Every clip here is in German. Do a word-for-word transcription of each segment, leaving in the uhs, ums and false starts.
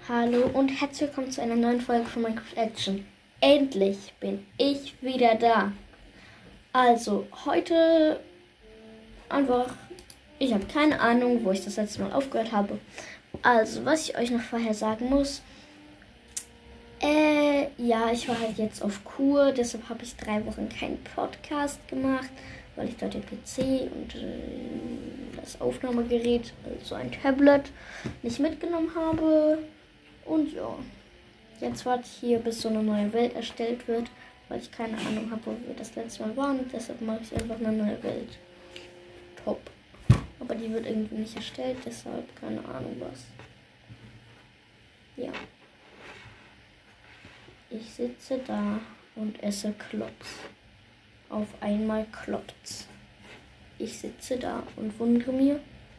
Hallo und herzlich willkommen zu einer neuen Folge von Minecraft Action. Endlich bin ich wieder da. Also, heute einfach, ich habe keine Ahnung, wo ich das letzte Mal aufgehört habe. Also, was ich euch noch vorher sagen muss. Äh, ja, ich war halt jetzt auf Kur, deshalb habe ich drei Wochen keinen Podcast gemacht, weil ich dort den P C und äh, das Aufnahmegerät, also ein Tablet, nicht mitgenommen habe. Und ja, jetzt warte ich hier, bis so eine neue Welt erstellt wird, weil ich keine Ahnung habe, wo wir das letzte Mal waren. Und deshalb mache ich einfach eine neue Welt. Top. Aber die wird irgendwie nicht erstellt, deshalb keine Ahnung was. Ja. Ich sitze da und esse Klops. Auf einmal kloppt's. Ich sitze da und wundere mir.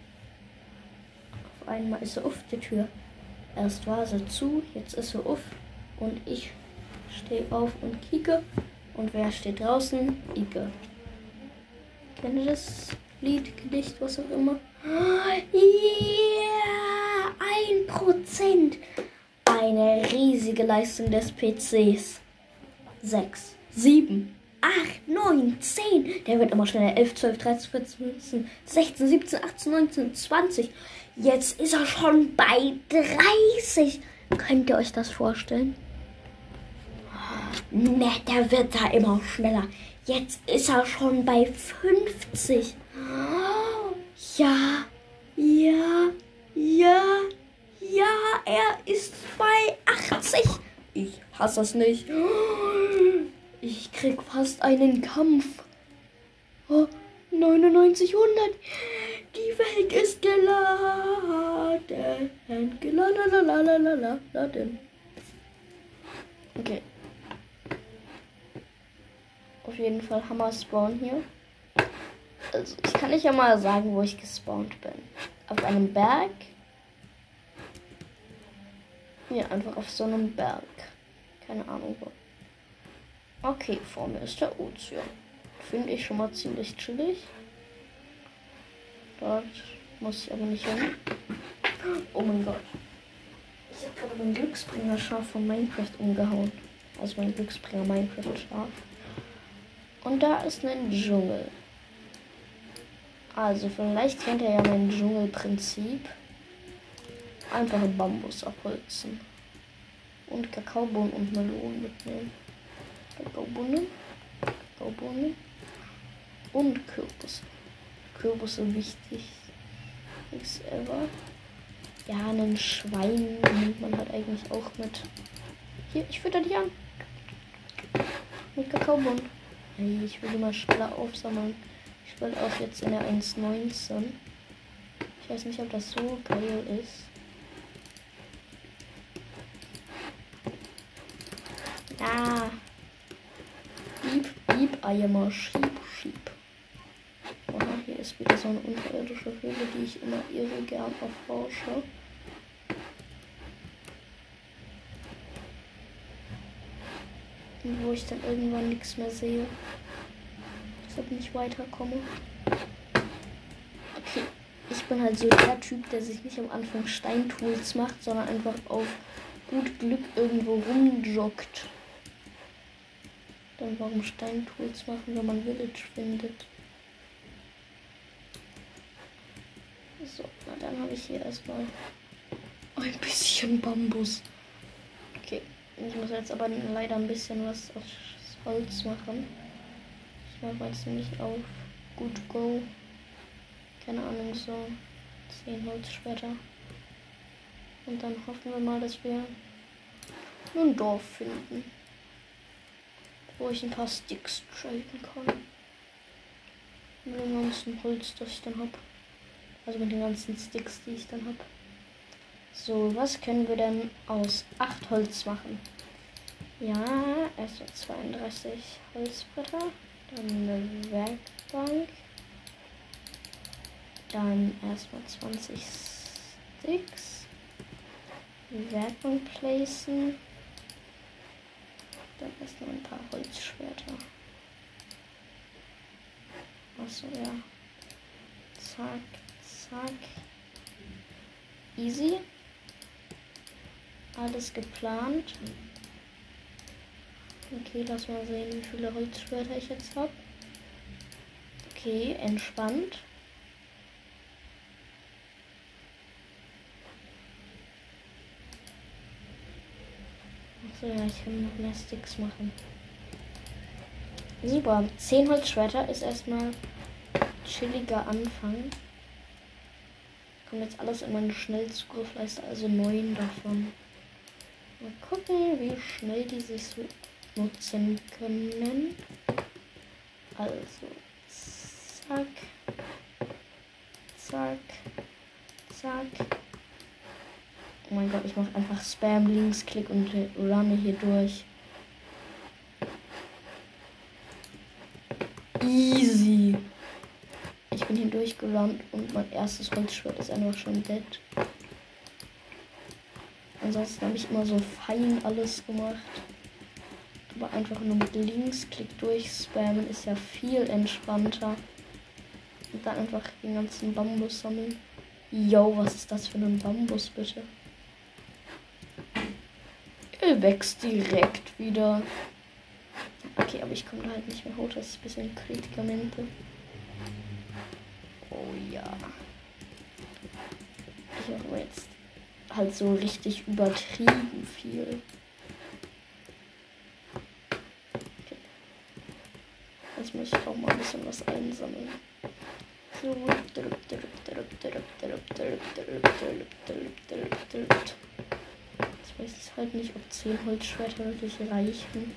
Auf einmal ist sie auf der Tür. Erst war sie zu, jetzt ist sie auf. Und ich stehe auf und kicke. Und wer steht draußen? Ike. Kennt ihr das Lied, Gedicht, was auch immer? Ja, yeah, ein Prozent. Eine riesige Leistung des P Cs. Sechs, sieben, acht, neun, zehn. Der wird immer schneller. elf, zwölf, dreizehn, vierzehn, fünfzehn, sechzehn, siebzehn, achtzehn, neunzehn, zwanzig. Jetzt ist er schon bei dreißig. Könnt ihr euch das vorstellen? Ne, der wird da immer schneller. Jetzt ist er schon bei fünfzig. Ja, ja, ja, ja, er ist bei achtzig. Ich hasse es nicht. Ich krieg fast einen Kampf. Oh, neunundneunzig, hundert. Die Welt ist geladen. Geladen. Okay. Auf jeden Fall Hammer Spawn hier. Also, ich kann nicht einmal sagen, wo ich gespawnt bin. Auf einem Berg. Ja, einfach auf so einem Berg. Keine Ahnung wo. Okay, vor mir ist der Ozean. Finde ich schon mal ziemlich chillig. Dort muss ich aber nicht hin. Oh mein Gott. Ich habe gerade meinen Glücksbringer-Schaf von Minecraft umgehauen. Also mein Glücksbringer Minecraft-Schaf. Und da ist ein Dschungel. Also vielleicht kennt ihr ja mein Dschungelprinzip. Einfache Bambus abholzen. Und Kakaobohnen und Melonen mitnehmen. Kakaobohnen. Kakaobohnen. Und Kürbisse. Kürbisse wichtig. Nichts ever. Ja, einen Schwein nimmt man halt eigentlich auch mit. Hier, ich fütter dich an. Mit Kakaobohnen. Hey, ich will die mal schneller aufsammeln. Ich will auch jetzt in der eins neunzehn. Ich weiß nicht, ob das so geil ist. Ja. Piep, piep, Eimer, schieb, schieb. Aha, hier ist wieder so eine unterirdische Höhle, die ich immer irre gern erforsche. Und wo ich dann irgendwann nichts mehr sehe. Deshalb nicht weiterkomme. Okay, ich bin halt so der Typ, der sich nicht am Anfang Steintools macht, sondern einfach auf gut Glück irgendwo rumjoggt. Dann warum Steintools machen, wenn man Village findet? So, na dann habe ich hier erstmal ein bisschen Bambus. Okay, ich muss jetzt aber leider ein bisschen was aus Holz machen. Ich mache jetzt nämlich auf Good Go. Keine Ahnung, so zehn Holzschwerter. Und dann hoffen wir mal, dass wir ein Dorf finden, wo ich ein paar Sticks traden kann. Mit dem ganzen Holz, das ich dann habe. Also mit den ganzen Sticks, die ich dann habe. So, was können wir denn aus acht Holz machen? Ja, erstmal zweiunddreißig Holzbretter. Dann eine Werkbank. Dann erstmal zwanzig Sticks. Werkbank placen. Dann erstmal ein paar Holzschwerter. Achso, ja. Zack, zack. Easy. Alles geplant. Okay, lass mal sehen, wie viele Holzschwerter ich jetzt habe. Okay, entspannt. Achso, ja, ich kann noch mehr Sticks machen. Super, zehn Holzschwerter ist erstmal chilliger Anfang. Kommt jetzt alles in meine Schnellzugriffleiste, also neun davon. Mal gucken, wie schnell die sich so nutzen können. Also, zack, zack, zack. Oh mein Gott, ich mache einfach Spam, Linksklick und runne hier durch. Easy. Ich bin hier durchgerannt und mein erstes Holzschwert ist einfach schon dead. Ansonsten habe ich immer so fein alles gemacht. Aber einfach nur mit Linksklick durchspammen ist ja viel entspannter. Und dann einfach den ganzen Bambus sammeln. Yo, was ist das für ein Bambus, bitte? Er wächst direkt wieder. Okay, aber ich komme da halt nicht mehr hoch. Das ist ein bisschen Kritikamente. Oh ja. Ich mache aber jetzt halt so richtig übertrieben viel. Okay. Jetzt muss ich auch mal ein bisschen was einsammeln. So. Ich weiß halt nicht, ob zehn Holzschwerter wirklich reichen.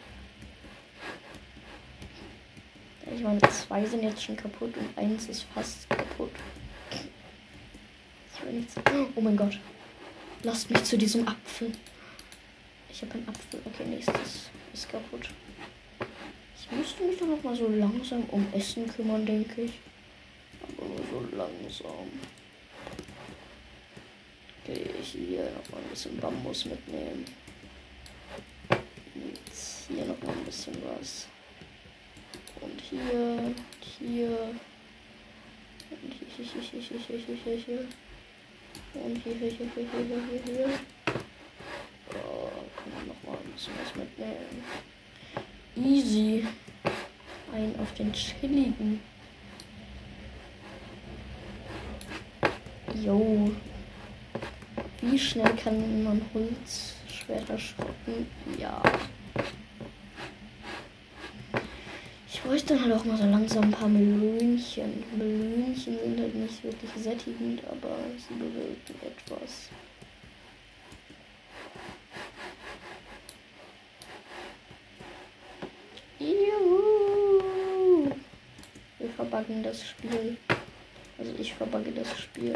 Ich meine, zwei sind jetzt schon kaputt und eins ist fast kaputt. Ich will nicht so. Oh mein Gott. Lasst mich zu diesem Apfel. Ich habe einen Apfel. Okay, nächstes ist kaputt. Ich müsste mich doch noch mal so langsam um Essen kümmern, denke ich. Aber nur so langsam. Okay, hier noch mal ein bisschen Bambus mitnehmen. Jetzt hier noch mal ein bisschen was. Und hier, hier. Und hier, hier, hier, hier, hier, hier, hier, hier. Und hier, hier, hier, hier, hier, hier, hier. Oh, kann man noch mal ein bisschen was mitnehmen. Easy. Ein auf den chilligen. Jo. Wie schnell kann man Holzschwerter schrotten? Ja. Ich bräuchte dann halt auch mal so langsam ein paar Melönchen. Melönchen sind halt nicht wirklich sättigend, aber sie bewirken etwas. Juhu! Wir verbuggen das Spiel. Also ich verbugge das Spiel.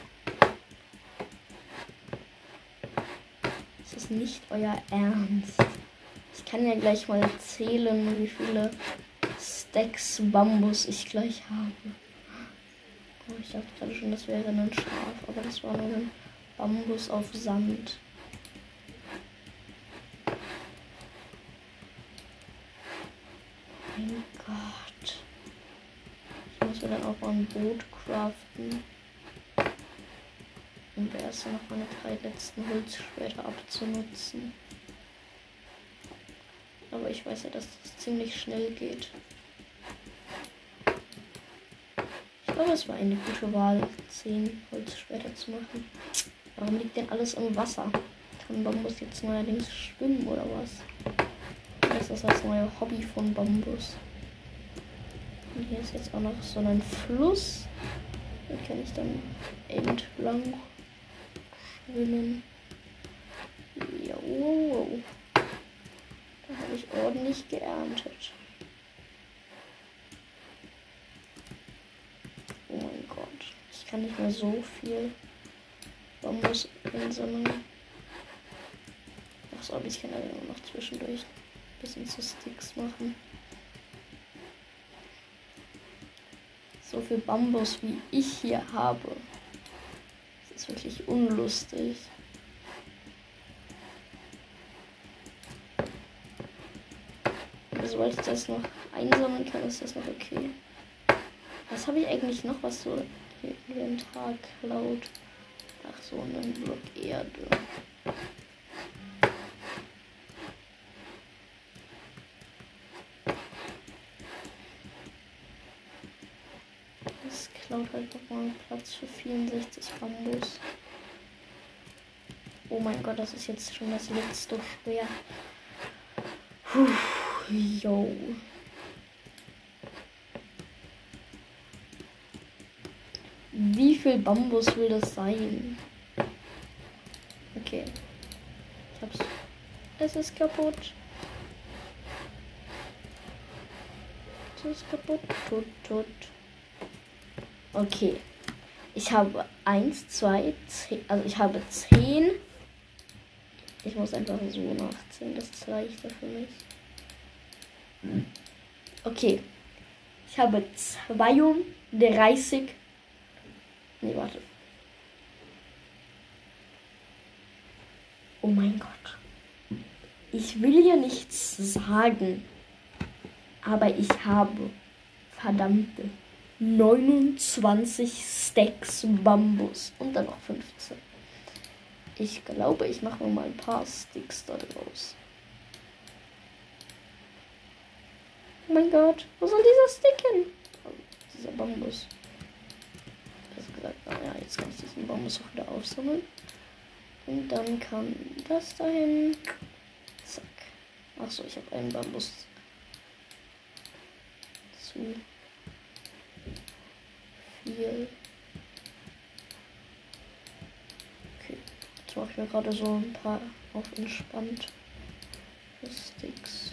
Das ist nicht euer Ernst. Ich kann ja gleich mal zählen, wie viele Stacks Bambus ich gleich habe. Oh, ich dachte gerade schon, das wäre ein Schaf, aber das war nur ein Bambus auf Sand. Mein Gott. Ich muss mir dann auch mal ein Boot craften. Um erst noch meine drei letzten Holzschwerter abzunutzen. Aber ich weiß ja, dass das ziemlich schnell geht. Ich glaube, es war eine gute Wahl, zehn Holzschwerter zu machen. Warum liegt denn alles im Wasser? Kann Bambus jetzt neuerdings schwimmen oder was? Das ist das neue Hobby von Bambus. Und hier ist jetzt auch noch so ein Fluss. Da kann ich dann entlang schwimmen. Ja, wow. Da habe ich ordentlich geerntet. Oh mein Gott. Ich kann nicht mehr so viel Bambus einsammeln. Ach so, aber ich kann ja immer noch zwischendurch ein bisschen zu Sticks machen. So viel Bambus wie ich hier habe. Das ist wirklich unlustig. Sobald ich das noch einsammeln kann, ist das noch okay. Was habe ich eigentlich noch, was so Inventar klaut? Ach so, einen Block Erde. klaut halt nochmal Platz für vierundsechzig Bambus. Oh mein Gott, das ist jetzt schon das letzte schwer. Puh, yo. Wie viel Bambus will das sein? Okay. Ich hab's. Es ist kaputt. Es ist kaputt. Tot, tot. Okay. Ich habe eins, zwei, zehn. Also ich habe zehn. Ich muss einfach so nachziehen. Das ist leichter für mich. Okay. Ich habe zweiunddreißig. Nee, warte. Oh mein Gott. Ich will ja nichts sagen. Aber ich habe verdammte neunundzwanzig Stacks Bambus. Und dann noch fünfzehn. Ich glaube, ich mache mir mal ein paar Sticks da draus. Oh mein Gott. Wo soll dieser Stick hin? Oh, dieser Bambus. Gesagt, naja, jetzt kann ich diesen Bambus auch wieder aufsammeln. Und dann kann das dahin. Zack. Achso, ich habe einen Bambus zu viel. Okay. Jetzt mache ich mir gerade so ein paar auf entspannt Sticks.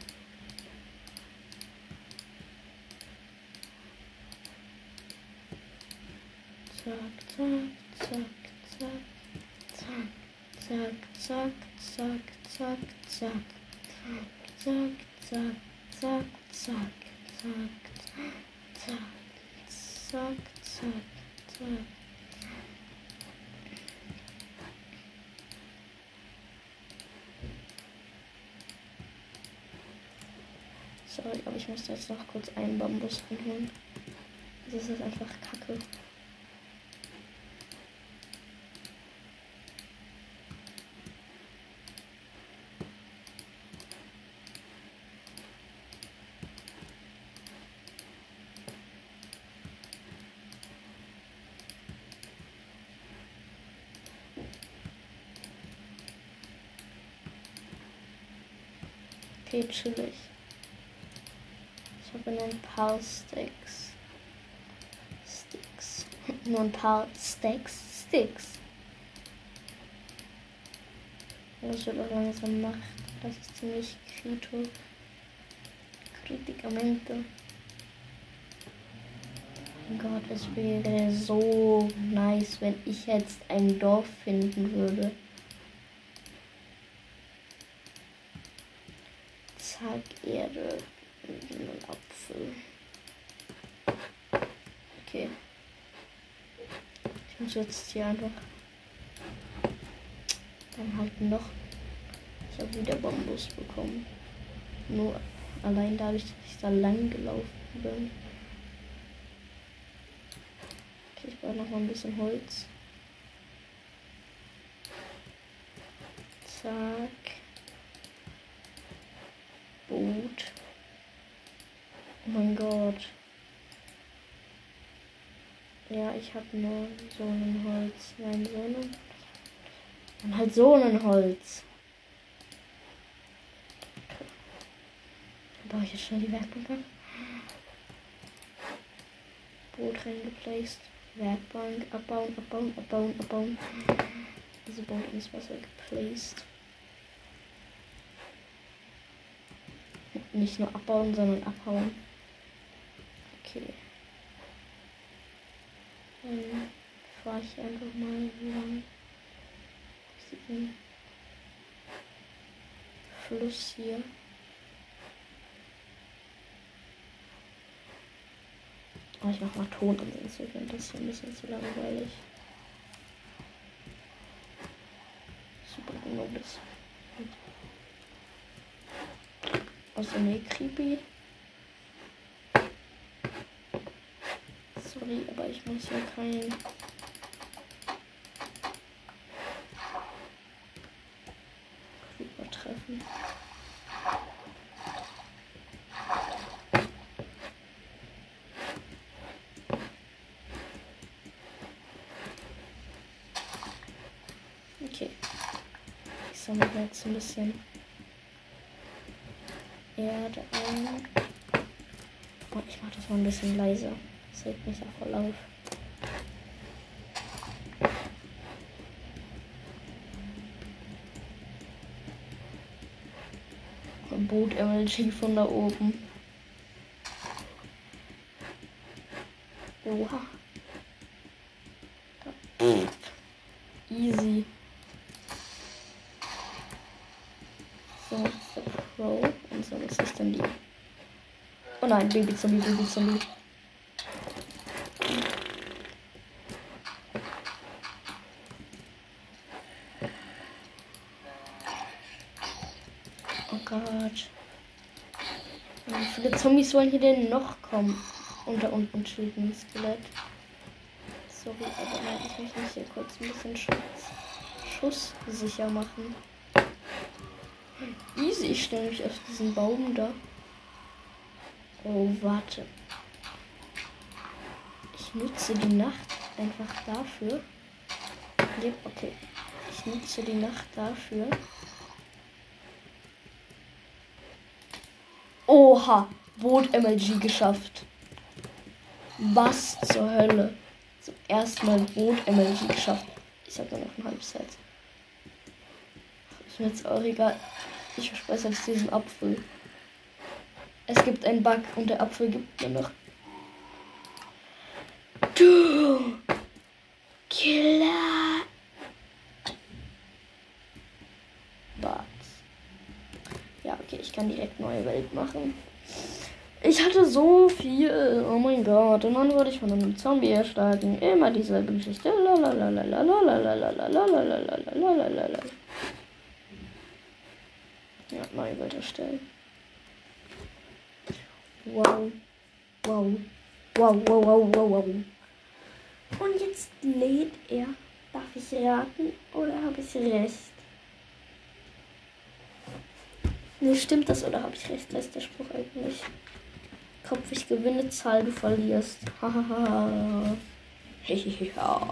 Zack, zack, zack, zack, zack, zack, zack, zack, zack, zack, zack, zack, zack, zack, zack, zack, zack. Sorry, aber ich muss jetzt noch kurz einen Bambus holen. Das ist einfach Kacke. Okay, chillig. Ich habe nur ein paar Sticks. Sticks. Nur ein paar Stacks. Sticks. Das wird auch langsam Nacht. Das ist ziemlich krito. Kritikamente. Mein Gott, es wäre so nice, wenn ich jetzt ein Dorf finden würde. Zack, Erde. Ein Apfel. Okay. Ich muss jetzt hier einfach dann halt noch. Ich habe wieder Bambus bekommen. Nur allein dadurch, dass ich da lang gelaufen bin. Okay, ich brauche noch mal ein bisschen Holz. Zack. Boot. Oh mein Gott. Ja, ich habe nur so ein Holz. Nein, so ein. Dann halt so ein Holz. Dann baue ich jetzt schnell die Werkbank an. Boot reingeplaced. Werkbank abbauen, abbauen, abbauen, abbauen. Diese Boot ins Wasser geplaced. Nicht nur abbauen, sondern abhauen. Okay. Dann fahre ich einfach mal lang. Diesen Fluss hier. Oh, ich mach mal Ton an, sonst wird das hier ein bisschen zu langweilig. Super genau das. Also ne, creepy. Sorry, aber ich muss ja keinen Creeper treffen. sammle mir jetzt ein bisschen Erde ein. Oh, ich mache das mal ein bisschen leiser. Das regt mich ja voll auf. Ein Boot M L G von da oben. Oha. Easy. So, der Pro. Und so, was ist denn die? Oh nein, Baby-Zombie, Baby-Zombie. Oh Gott. Wie viele Zombies wollen hier denn noch kommen? Und da unten steht ein Skelett. Sorry, aber nein, ich möchte mich hier kurz ein bisschen Schutz, schusssicher machen. Easy, ich stelle mich auf diesen Baum da. Oh, warte. Ich nutze die Nacht einfach dafür. Okay. Ich nutze die Nacht dafür. Oha, Boot M L G geschafft. Was zur Hölle? Zum ersten Mal Boot M L G geschafft. Ich habe nur noch ein halbes Herz. Ist mir jetzt auch egal. Ich verspeise jetzt diesen Apfel. Es gibt einen Bug und der Apfel gibt mir noch. Du Killer. Bats. Ja, okay, ich kann direkt neue Welt machen. Ich hatte so viel. Oh mein Gott. Und dann wurde ich von einem Zombie erschlagen. Immer dieselbe Geschichte. Ja, neue Welt erstellen. Wow. Wow. Wow, wow, wow, wow, wow. Und jetzt lädt er. Darf ich raten oder habe ich recht? Nee, stimmt das oder habe ich recht? Heißt der Spruch eigentlich. Kopf, ich gewinne, Zahl, du verlierst. Hahaha. Hehehe.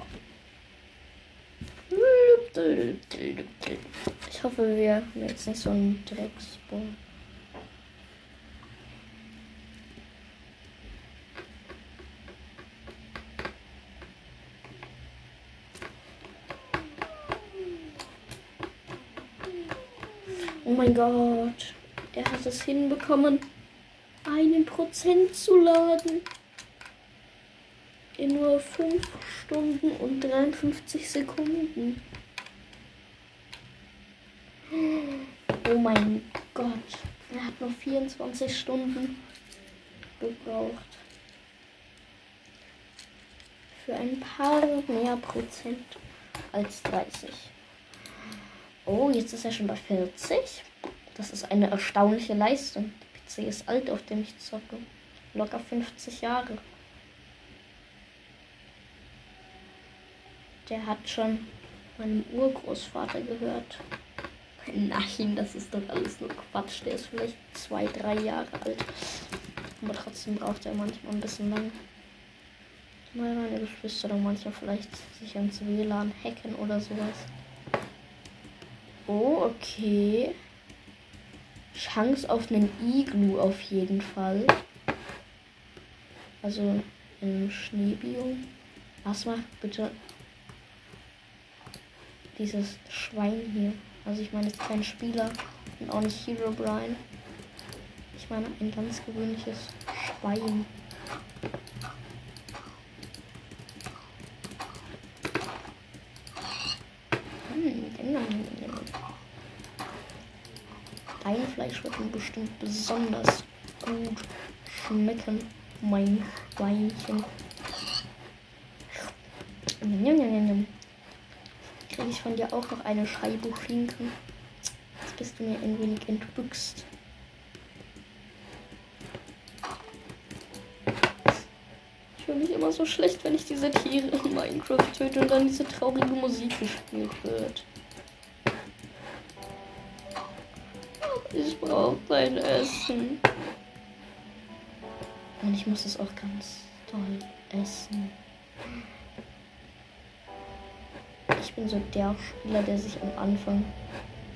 Ich hoffe, wir haben jetzt nicht so einen Drecksball. Oh mein Gott. Er hat es hinbekommen, einen Prozent zu laden. In nur fünf Stunden und dreiundfünfzig Sekunden. Oh mein Gott. Er hat nur vierundzwanzig Stunden gebraucht. Für ein paar mehr Prozent als dreißig. Oh, jetzt ist er schon bei vierzig. Das ist eine erstaunliche Leistung. Der P C ist alt, auf dem ich zocke. Locker fünfzig Jahre. Der hat schon meinem Urgroßvater gehört. Nein, das ist doch alles nur Quatsch. Der ist vielleicht zwei, drei Jahre alt. Aber trotzdem braucht er manchmal ein bisschen lang. Weil meine Geschwister dann manchmal vielleicht sich ans W L A N hacken oder sowas. Oh, okay. Chance auf einen Iglu auf jeden Fall. Also im Schneebiom. Was macht bitte dieses Schwein hier? Also ich meine jetzt kein Spieler und auch nicht Hero Brian. Ich meine ein ganz gewöhnliches Schwein. Dein Fleisch wird mir bestimmt besonders gut schmecken, mein Schweinchen. Kriege ich von dir auch noch eine Scheibe Schinken? Jetzt bist du mir ein wenig entbüchst. Ich fühle mich immer so schlecht, wenn ich diese Tiere in Minecraft töte und dann diese traurige Musik gespielt wird. Ich brauche mein Essen. Und ich muss es auch ganz toll essen. Ich bin so der Spieler, der sich am Anfang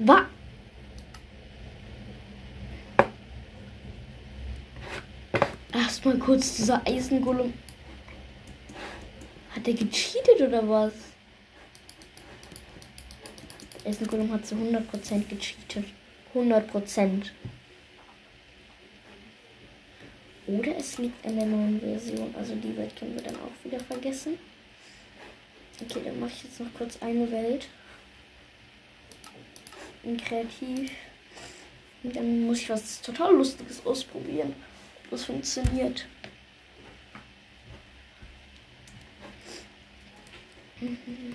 Was? Erstmal kurz dieser Eisengolem. Hat der gecheatet oder was? Der Eisengolem hat zu hundert Prozent gecheatet. hundert Prozent. Oder es liegt an der neuen Version. Also die Welt können wir dann auch wieder vergessen. Okay, dann mache ich jetzt noch kurz eine Welt. In Kreativ. Und dann muss ich was total Lustiges ausprobieren. Ob das funktioniert. Mhm.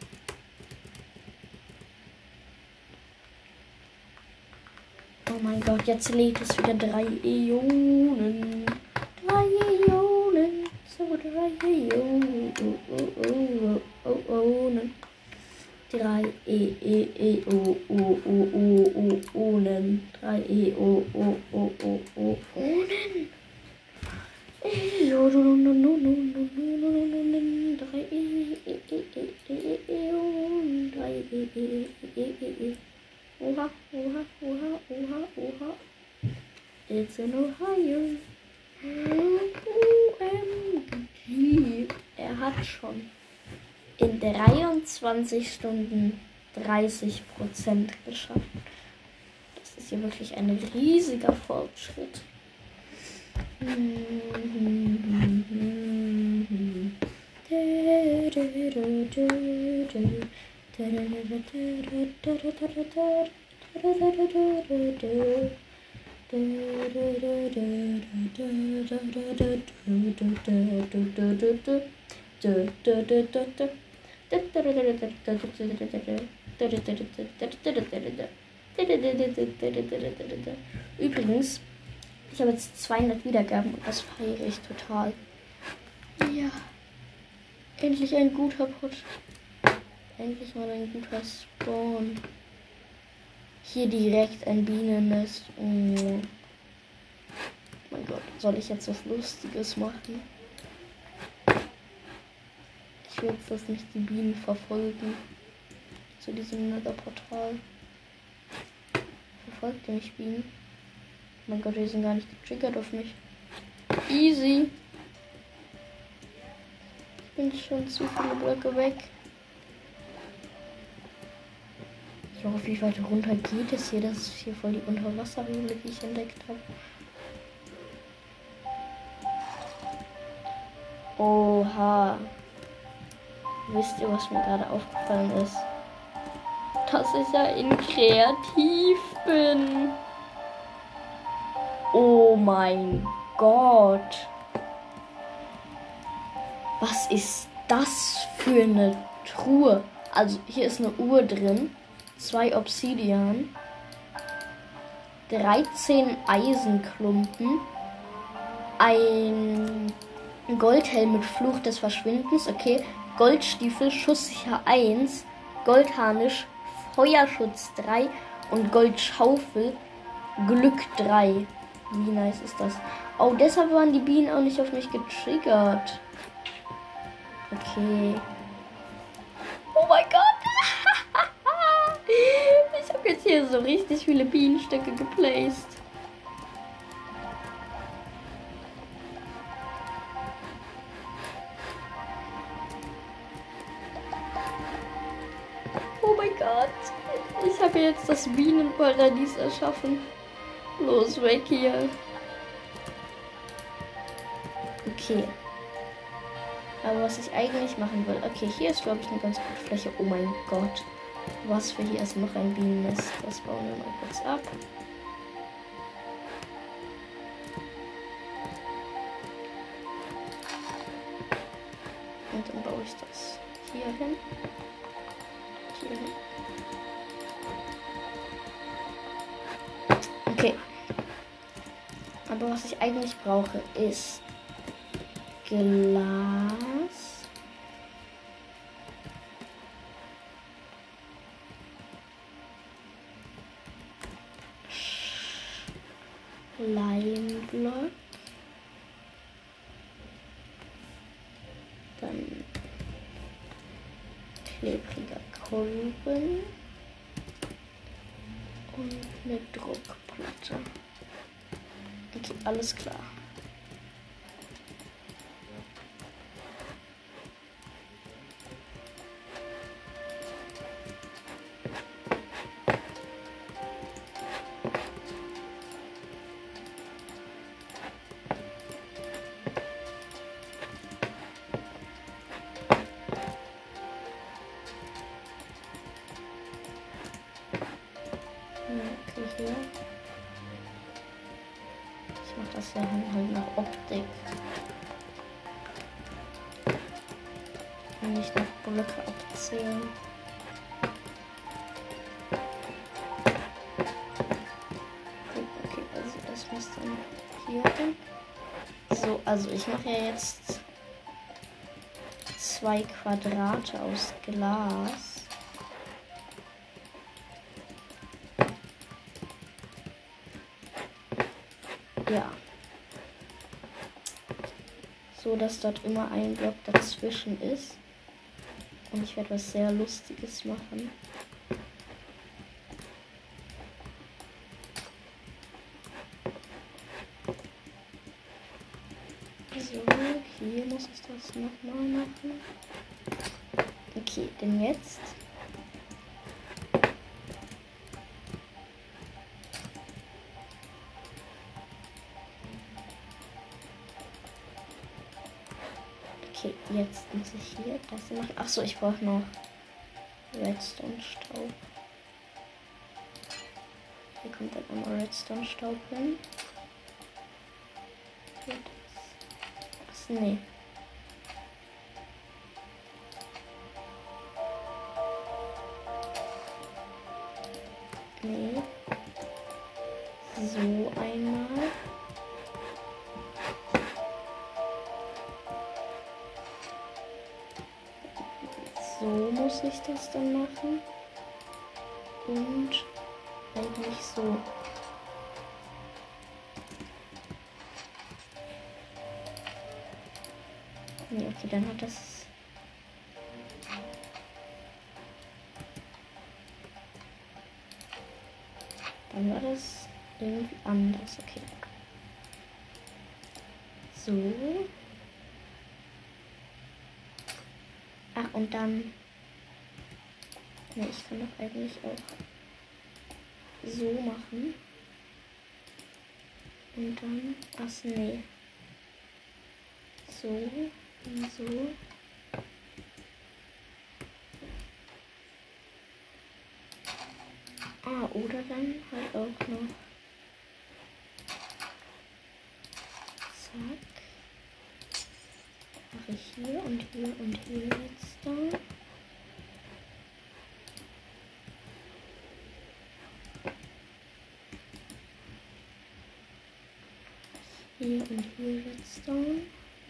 Oh mein Gott, jetzt lädt es wieder drei Ionen. Drei Ionen. So drei Ionen. Drei E E E O O O O O Onen. Drei E O O O O O Onen. Drei E E E E E Onen. Drei E E E E E. Oha, oha, oha, oha, oha. It's in Ohio. O M G. Er hat schon in dreiundzwanzig Stunden dreißig Prozent geschafft. Das ist hier wirklich ein riesiger Fortschritt. Übrigens, ich habe jetzt zweihundert Wiedergaben und das feiere ich total. Ja, endlich ein guter Pot. Endlich mal ein guter Spawn. Hier direkt ein Bienennest. Oh mein Gott, soll ich jetzt was Lustiges machen? Ich will jetzt, dass mich die Bienen verfolgen. Zu diesem Nether-Portal. Verfolgt ihr mich, Bienen? Oh mein Gott, die sind gar nicht getriggert auf mich. Easy. Ich bin schon zu viele Blöcke weg. Ich hoffe, wie weit runter geht es hier? Das ist hier voll die Unterwasserhöhle, die ich entdeckt habe. Oha. Wisst ihr, was mir gerade aufgefallen ist? Dass ich ja in Kreativ bin. Oh mein Gott. Was ist das für eine Truhe? Also hier ist eine Uhr drin. Zwei Obsidian. dreizehn Eisenklumpen. Ein Goldhelm mit Fluch des Verschwindens. Okay. Goldstiefel, schusssicher eins. Goldharnisch, Feuerschutz drei. Und Goldschaufel, Glück drei. Wie nice ist das? Oh, deshalb waren die Bienen auch nicht auf mich getriggert. Okay. Oh mein Gott. Ich habe jetzt hier so richtig viele Bienenstöcke geplaced. Oh mein Gott. Ich habe jetzt das Bienenparadies erschaffen. Los, weg hier. Okay. Aber was ich eigentlich machen will. Okay, hier ist, glaube ich, eine ganz gute Fläche. Oh mein Gott. Was für hier ist noch ein Bienennest. Das bauen wir mal kurz ab. Und dann baue ich das hier hin. Hier hin. Okay. Aber was ich eigentlich brauche, ist Glas. Leimblock. Dann klebriger Kolben. eine Druckplatte. Okay, alles klar. Okay, hier. Ich mach das ja halt nach Optik. Und nicht nach Blöcke abzählen. Gut, okay, also das muss dann hier hin. So, also ich mache ja jetzt zwei Quadrate aus Glas. Ja. So, dass dort immer ein Block dazwischen ist. Und ich werde was sehr Lustiges machen. So, hier muss ich das nochmal machen. Okay, denn jetzt Okay, jetzt muss ich hier das machen. Achso, ich brauche noch Redstone-Staub. Hier kommt dann immer Redstone-Staub hin. Achso, nee. Nee. So einmal. So muss ich das dann machen. Und eigentlich so. Nee, okay, dann hat das. Dann war das irgendwie anders. Okay. So. Ach, und dann. Ne, ich kann doch eigentlich auch so machen. Und dann. Ach, nee. So. Und so. Ah, oder dann halt auch noch. Zack. Mache ich hier und hier und hier jetzt da. Hier und hier Redstone.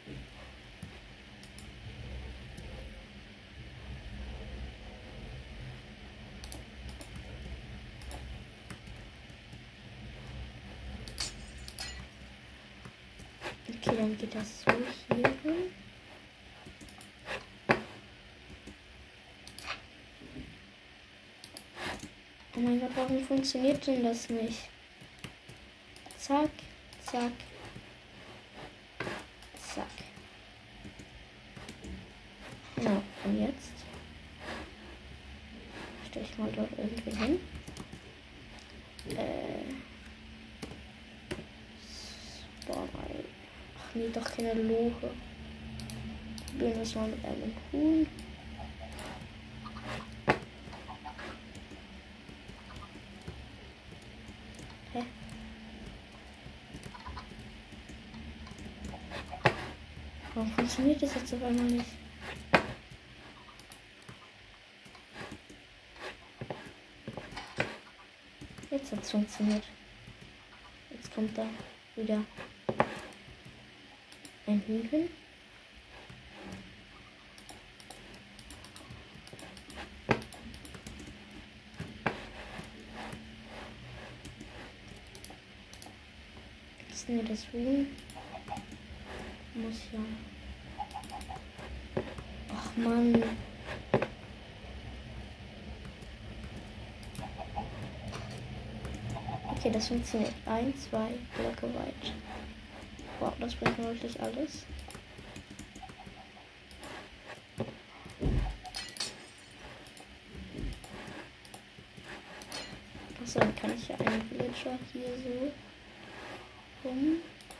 Okay, dann geht das so hier hin. Oh mein Gott, warum funktioniert denn das nicht? Zack, zack, zack. Ja, und jetzt stelle ich mal dort irgendwie hin. Äh. Boah, ach nee, doch keine Lohe. Probieren wir es mal mit einem Huhn. Hä? Warum funktioniert das jetzt auf einmal nicht? Jetzt hat es funktioniert. Jetzt kommt da wieder ein Huhn hin. Jetzt nee, das Huhn muss ja. Ach Mann. Okay, das funktioniert. Ein, zwei Blöcke weit. Wow, das bringt mir wirklich alles. Achso, dann kann ich ja einen Villager hier so rum.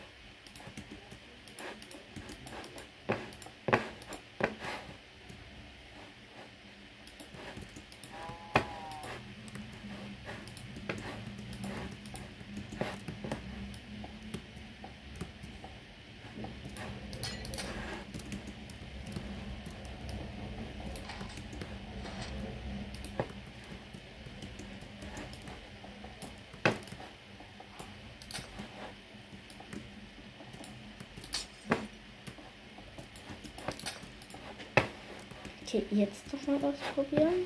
Okay, jetzt noch mal ausprobieren.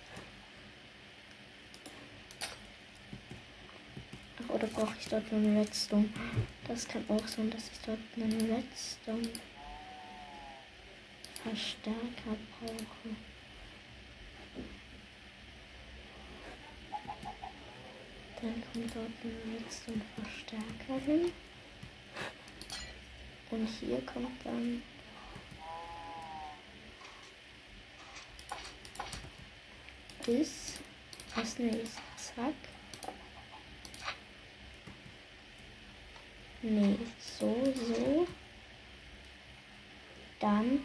Ach, oder brauche ich dort einen Redstone? Das kann auch sein, dass ich dort einen Redstone Verstärker brauche. Dann kommt dort ein Redstone Verstärker hin. Und hier kommt dann bis, was nächstes, zack. Nee, so, so. Dann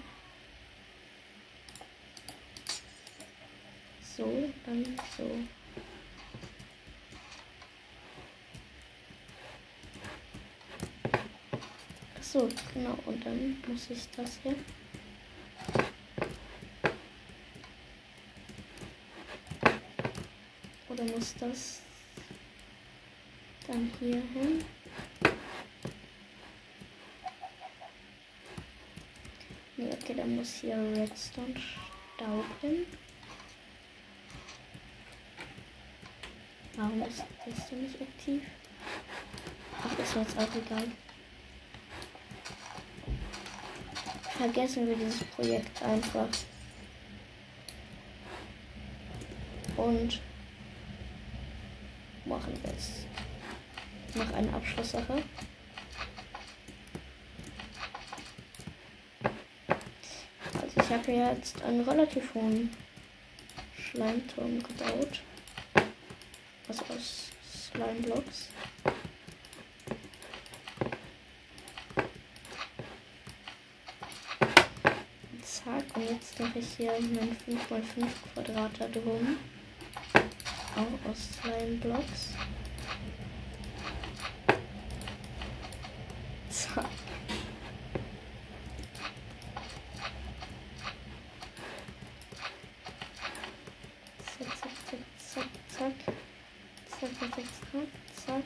so, dann so. Ach so, genau. Und dann muss ich das hier. Oder muss das dann hier hin? Nee, okay, dann muss hier Redstone Staub hin. Warum ist das denn nicht aktiv? Ach, ist mir jetzt auch egal. Vergessen wir dieses Projekt einfach. Und machen jetzt noch eine Abschlusssache. Also ich habe jetzt einen relativ hohen Schleimturm gebaut. Also aus Slime-Blocks. Zack, und jetzt mache ich hier einen fünf mal fünf Quadrater drum. Auch aus Slime-Blocks. Zack. Zack, zack, zack, zack, zack. Zack, zack, zack, zack, zack.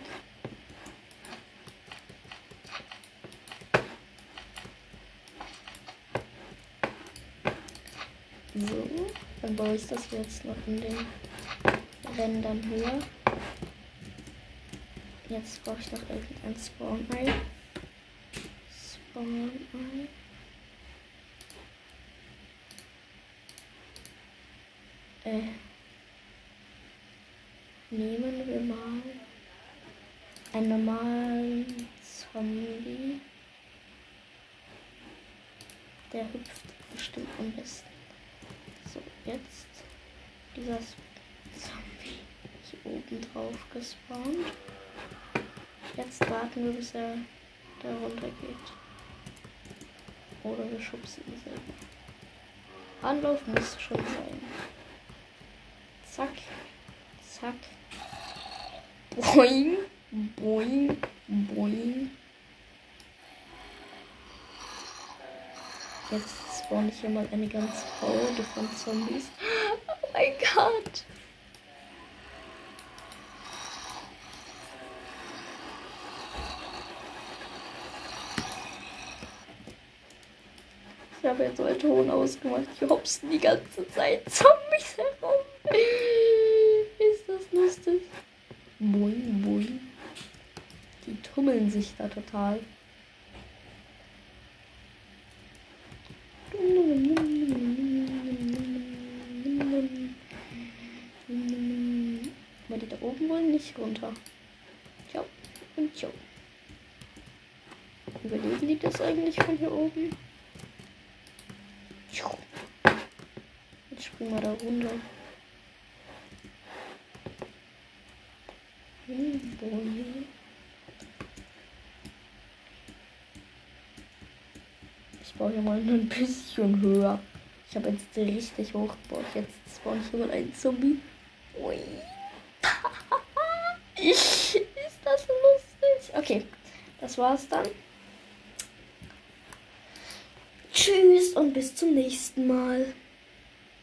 So, dann baue ich das jetzt noch in den Rändern höher. Jetzt brauche ich noch irgendein Spawn-Ei. Spawn-Ei. Äh. Nehmen wir mal einen normalen Zombie. Der hüpft bestimmt am besten. So, jetzt dieser Zombie hier oben drauf gespawnt. Jetzt warten wir, bis er da runter geht. Oder wir schubsen ihn selber. Anlauf muss schon sein. Zack. Zack. Boing. Boing. Boing. Jetzt spawn ich hier mal eine ganze Horde von Zombies. Oh mein Gott. Ich habe jetzt so einen Ton ausgemacht. Die hopsen die ganze Zeit Zombies herum. Ist das lustig? Boing, boing. Die tummeln sich da total. Aber die da oben wollen nicht runter. Ciao und ciao. Überleben die das eigentlich von hier oben? Jetzt springen wir da runter. Hm, ich baue hier mal ein bisschen höher. Ich habe jetzt richtig hoch gebaut. Jetzt spawn ich hier mal einen Zombie. Ui. Ist das lustig? Okay, das war's dann. Tschüss und bis zum nächsten Mal.